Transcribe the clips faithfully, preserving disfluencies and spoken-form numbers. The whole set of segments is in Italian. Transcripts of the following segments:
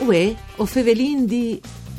Uè, o fevelin di...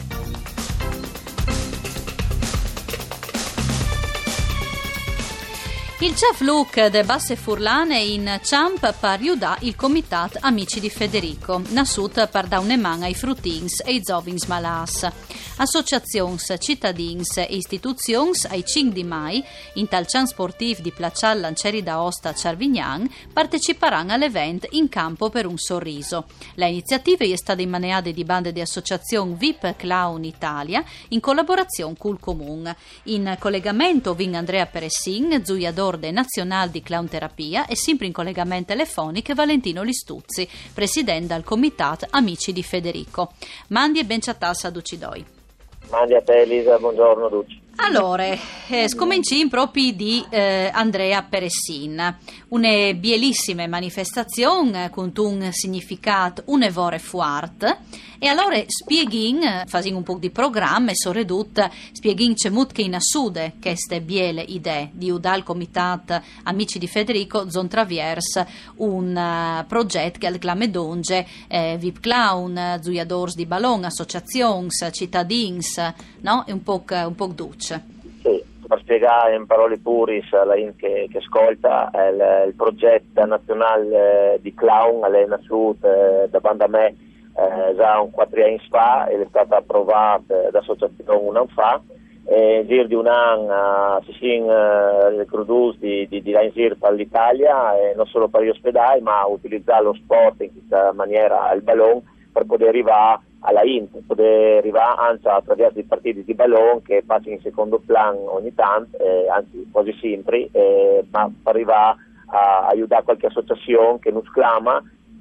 Il chef Luc de Basse Furlane in Ciamp par Iudà il Comitat Amici di Federico, nasut par da uneman ai fruttins e i zovins malas. Associazions, cittadins e istituzions ai cinque di mai, in tal cian sportiv di Placial Lancieri d'Aosta Cervignan, parteciparan all'event In campo per un sorriso. La iniziativa è stata immaneata di bande di associazione V I P Clown Italia in collaborazione col Comun. In collegamento vin Andrea Peressin, zuiador de Nazional di Clown Terapia, e sempre in collegamento telefonico Valentino Listuzzi, presidente del Comitat Amici di Federico. Mandi e ben ciatas a Ducidoi. Mandi a te Elisa, buongiorno Duci. Allora, eh, scomincin proprio di eh, Andrea Peressin, una bellissima manifestazione con un significato un'evore fuart, e allora spieghin, facendo un po' di programma e soredut, spieghin cemut che in assude queste biele idee di udal Comitat Amici di Federico zon traviers un uh, progetto che al Clamedonge eh, V I P Clown, Zuiadors di Ballon, associazions, cittadins, no? E un po' un po' duce. Sì, per spiegare in parole puris alla in che, che ascolta, il, il progetto nazionale di clown è nato eh, da banda me eh, già un quattro anni fa ed è stata approvata dall'associazione un anno fa. E in giro di un anno uh, si sono uh, reclusi di, di, di giro per l'Italia, e non solo per gli ospedali, ma utilizzare lo sport in questa maniera, il ballon, per poter arrivare alla I N P, poter arrivare anzi attraverso i partiti di ballon che passano in secondo piano ogni tanto, eh, anzi quasi sempre, eh, ma per arrivare a aiutare qualche associazione che non sclama,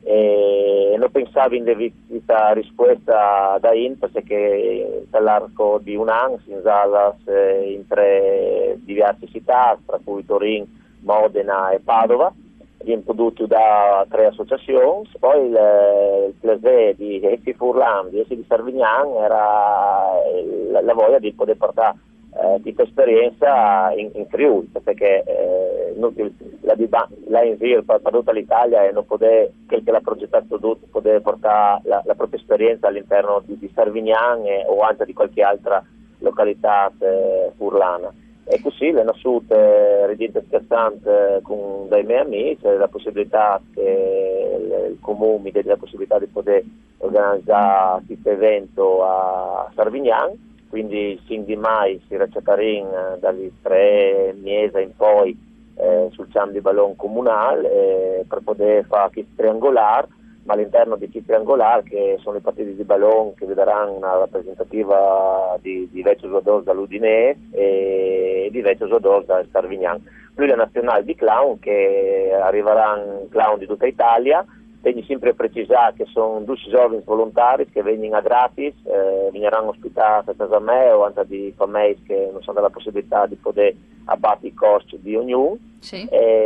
e non pensavo in devita risposta da I N P perché nell'arco di un anno si insala in tre diverse città, tra cui Torino, Modena e Padova, prodotto da tre associazioni. Poi il, il piacere di Essi Furlan, di Essi di Cervignan era la, la voglia di poter portare eh, questa esperienza in, in Friuli, perché eh, non, la, la in giro per, per tutta l'Italia, e non poter, quel che l'ha progettato tutto, poter portare la, la propria esperienza all'interno di, di Cervignan e, o anche di qualche altra località eh, furlana. E così è nasciuto eh, Redinte Scherzante con dai miei amici, la possibilità che il, il comune mi dia la possibilità di poter organizzare questo evento a Cervignan, quindi il cinque di mai si recetarin dalle tre mesi in poi eh, sul ciam di ballon comunale eh, per poter fare questo triangolare, ma all'interno di questo triangolare che sono i partiti di ballon che vedranno una rappresentativa di, di Vecchio Giuador dall'Udinese e di Vecchio Giuador da Cervignan. Poi la nazionale di clown che arriveranno clown di tutta Italia. Devo sempre precisare che sono due giovani volontari che vengono a gratis, eh, verranno ospitati a casa me o anche di famiglie che non hanno la possibilità di poter abbattere i costi di ognuno. Sì.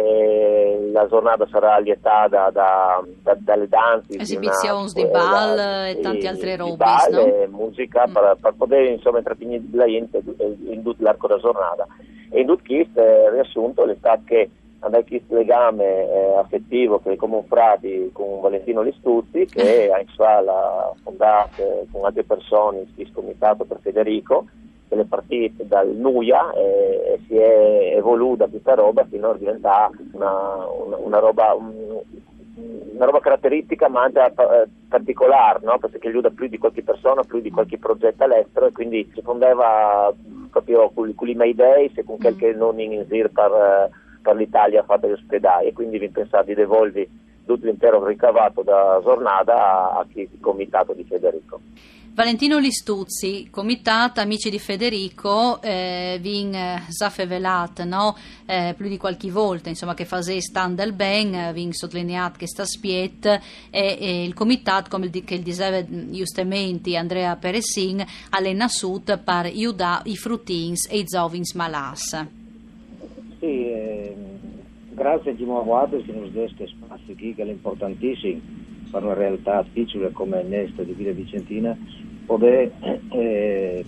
E la giornata sarà lietata da, da, dalle danze, esibizioni di, di ball una, e tante altre robe, no? E musica mm. per, per poter insomma intrattenere la gente in tutto l'arco della giornata. E in tutto questo eh, riassunto l'estate che andai questo legame eh, affettivo che è come un frati con Valentino Listuzzi, che ha in sala fondato eh, con altre persone il comitato per Federico, che è partito dal Nuia e, e si è evoluta questa roba fino a diventare una, una, una roba un, una roba caratteristica ma anche eh, particolare, no? Perché aiuta più di qualche persona, più di qualche progetto all'estero, e quindi si fondeva proprio con, con i May Days e con quel che non in giro per, per l'Italia fatta gli ospedali, e quindi vi pensate di devolvi tutto l'intero ricavato da giornata a, a chi il comitato di Federico. Valentino Listuzzi, Comitat Amici di Federico, eh, vin zafevelat, no? Eh, più di qualche volta, insomma, che fase stand del ben, vin sottolineat che sta spiet, e, e il Comitat, come il, che il diceva giustamente Andrea Peressin, alle nasut per iuda i fruttins e i zovins malas. Sì, eh, grazie a Gimo Aguado che nos dà questo spazio qui che è importantissimo per una realtà piccola come l'Est di Villa Vicentina, poter eh,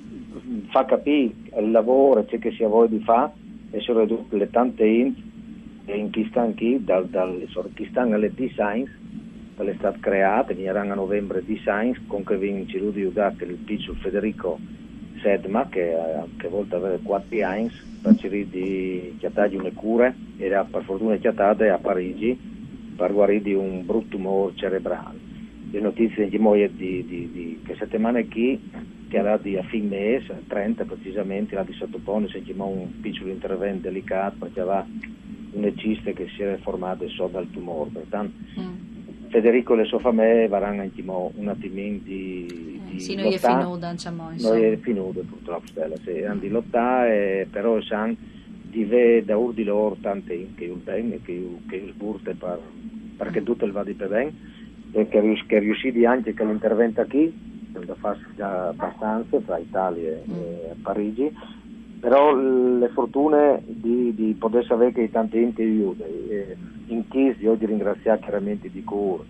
far capire il lavoro ciò che si ha voglia di fare, e soprattutto le tante int in chi stanno qui, dal, dal chi stanno alle design, è stata creata, era a novembre di Sainz, con che vince l'Udiudat il piccolo Federico Sedma, che a che volta aveva quattro anni, per cercare di chiattare una cura, era per fortuna chiattata a Parigi, per guarire di un brutto tumore cerebrale. Le notizie di moglie di, di, di che settimana qui, che era di a fine mese, trenta precisamente, era di sottopone, sentiamo un piccolo intervento delicato, perché aveva una ciste che si era formata sotto dal tumore. Pertanto, mm. Federico e le sue famiglie varranno un attimino di, di sì, noi è finuta, diciamo, noi è finuta purtroppo, stella, sì, hanno di lottare, però sanno di vedere da ur di loro tante che il bene, che il, che il burte per, perché tutto il va di per bene, e che, che riusciti anche che l'intervento qui, da farsi già abbastanza tra Italia e, mm. e Parigi, però le fortune di, di poter sapere che tanti enti aiutano. Eh, in Chisi oggi ringraziare chiaramente di Cur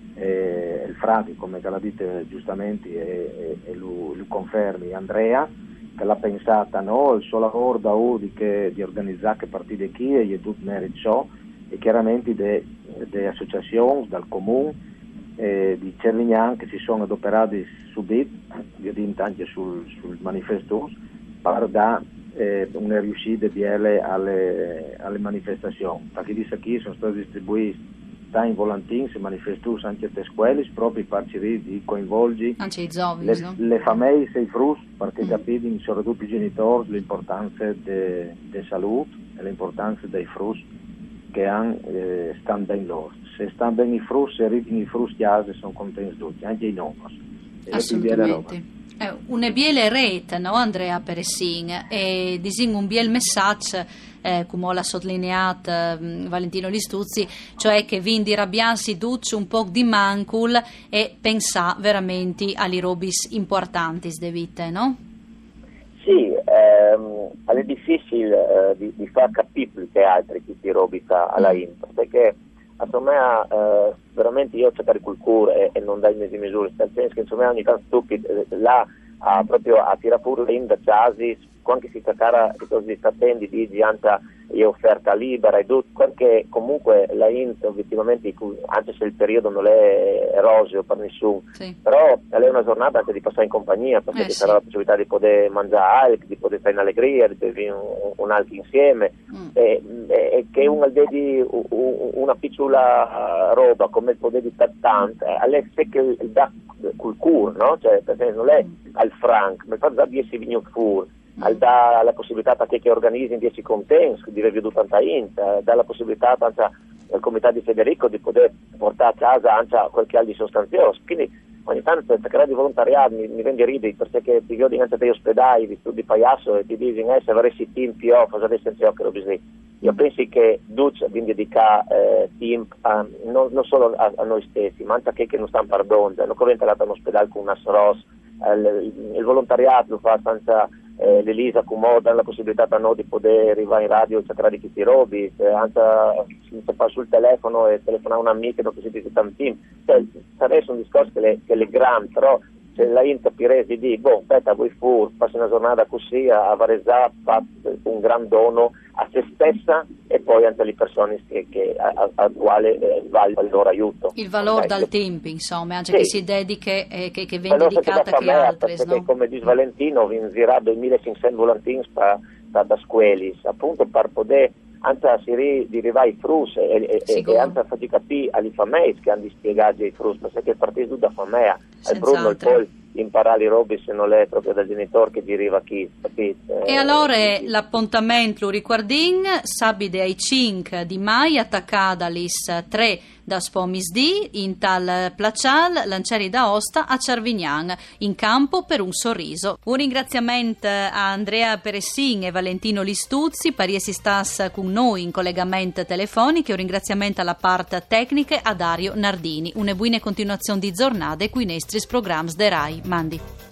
eh, il frate, come la dite giustamente, e, e, e lo, lo confermi, Andrea, che l'ha pensata, no? Il suo lavoro da Udi che di organizzare che partite qui e gli tutto merito ciò, e chiaramente delle associazioni dal comune eh, di Cervignan che si sono adoperati subito, io dico anche sul, sul manifesto, per dare eh, una riuscita di alle, alle, alle manifestazioni. Perché di qui sono stati distribuiti in volantini, manifestus anche a scuole, proprio per cercare di coinvolgere anche i giovani, le, no? le famiglie e i frusti, perché mm. capite, soprattutto i genitori, l'importanza della de salute e l'importanza dei frusti che hanno, eh, stanno bene loro. Se stanno bene i frusti, se arrivano i frusti a casa, sono contenti tutti, anche i nostri. Assolutamente. Eh, una biele rete, no, Andrea Peressin, e disin un biel messaggio, eh, come l'ha sottolineato eh, Valentino Listuzzi, cioè che vindi rabbiansi duce un po' di mancul e pensa veramente agli robis importanti de vite, no? Sì, ehm, è difficile eh, di, di far capire che altri chi ti robita alla mm. Inter, perché insomma eh, veramente io cercare cultura e, e non dai mesi misure, nel senso che insomma ogni tanto stupido eh, là a, proprio a tirare fuori in da chasi, quando si cercava così sapendo di anche è offerta libera e tutto, perché comunque la Int obiettivamente anche se il periodo non è roseo per nessuno, sì. Però è una giornata anche di passare in compagnia, perché eh, ci sarà sì. la possibilità di poter mangiare alc, di poter stare in allegria, di bere un, un altro insieme mm. e, e che uno vedi una piccola roba come il potere di tanto, è se che dà cultura, no? Cioè perché non è al franc, ma fa da dieci vigno fur. Al dà la possibilità a che organizzi in dieci contents, di review tanta int, dà la possibilità anche al comitato di Federico di poter portare a casa anche qualche altro di sostanzioso. Quindi ogni tanto per creare di volontariato mi, mi rende ridere perché ti vedo anche degli ospedali, di studi paiasso e ti dicono eh, se avresti team più, cosa avresti senza che lo bisogna. Io penso che Duce vi dedica eh, tempo a, non, non solo a, a noi stessi, ma anche a chi che non stanno perdendo, non corrente andata all'ospedale con una S R O S, eh, il, il volontariato lo fa senza eh, l'Elisa accomoda la possibilità per noi di poter arrivare in radio e cercare di chi ti robi, eh, anche se fa sul telefono e telefonare a un'amica dopo si dice tanti, cioè, sarebbe un discorso che le, che le grandi, però se la Inter Piresi di, boh, aspetta, voi fu, passi una giornata così a Varesà, fa un gran dono a se stessa e poi anche alle persone che, che, a, al quale eh, vale il loro aiuto. Il valore dal tempo, insomma, anche sì. che si dediche e eh, che, che viene allora, dedicata che altre. Perché no? come dice Valentino, vi inzirà duemilacinquecento volantini da, da scuole, appunto per poter anche a Siri di arrivare ai frus e, e, e anche a farci capire alle famiglie che hanno spiegato i frus, perché il partito da famiglia al Bruno il poi imparare i robi se non è proprio dal genitore che deriva chi, capite? E allora l'appuntamento lo riguardin sabide ai cinque di mai attaccata all'is tre da Spomisdi in tal Placial Lancieri d'Aosta a Cervignan in campo per un sorriso. Un ringraziamento a Andrea Peressin e Valentino Listuzzi per essere stas con noi in collegamento telefonico e un ringraziamento alla parte tecnica a Dario Nardini. Una buona continuazione di giornate qui nei nostri programmi de Rai. Mandi.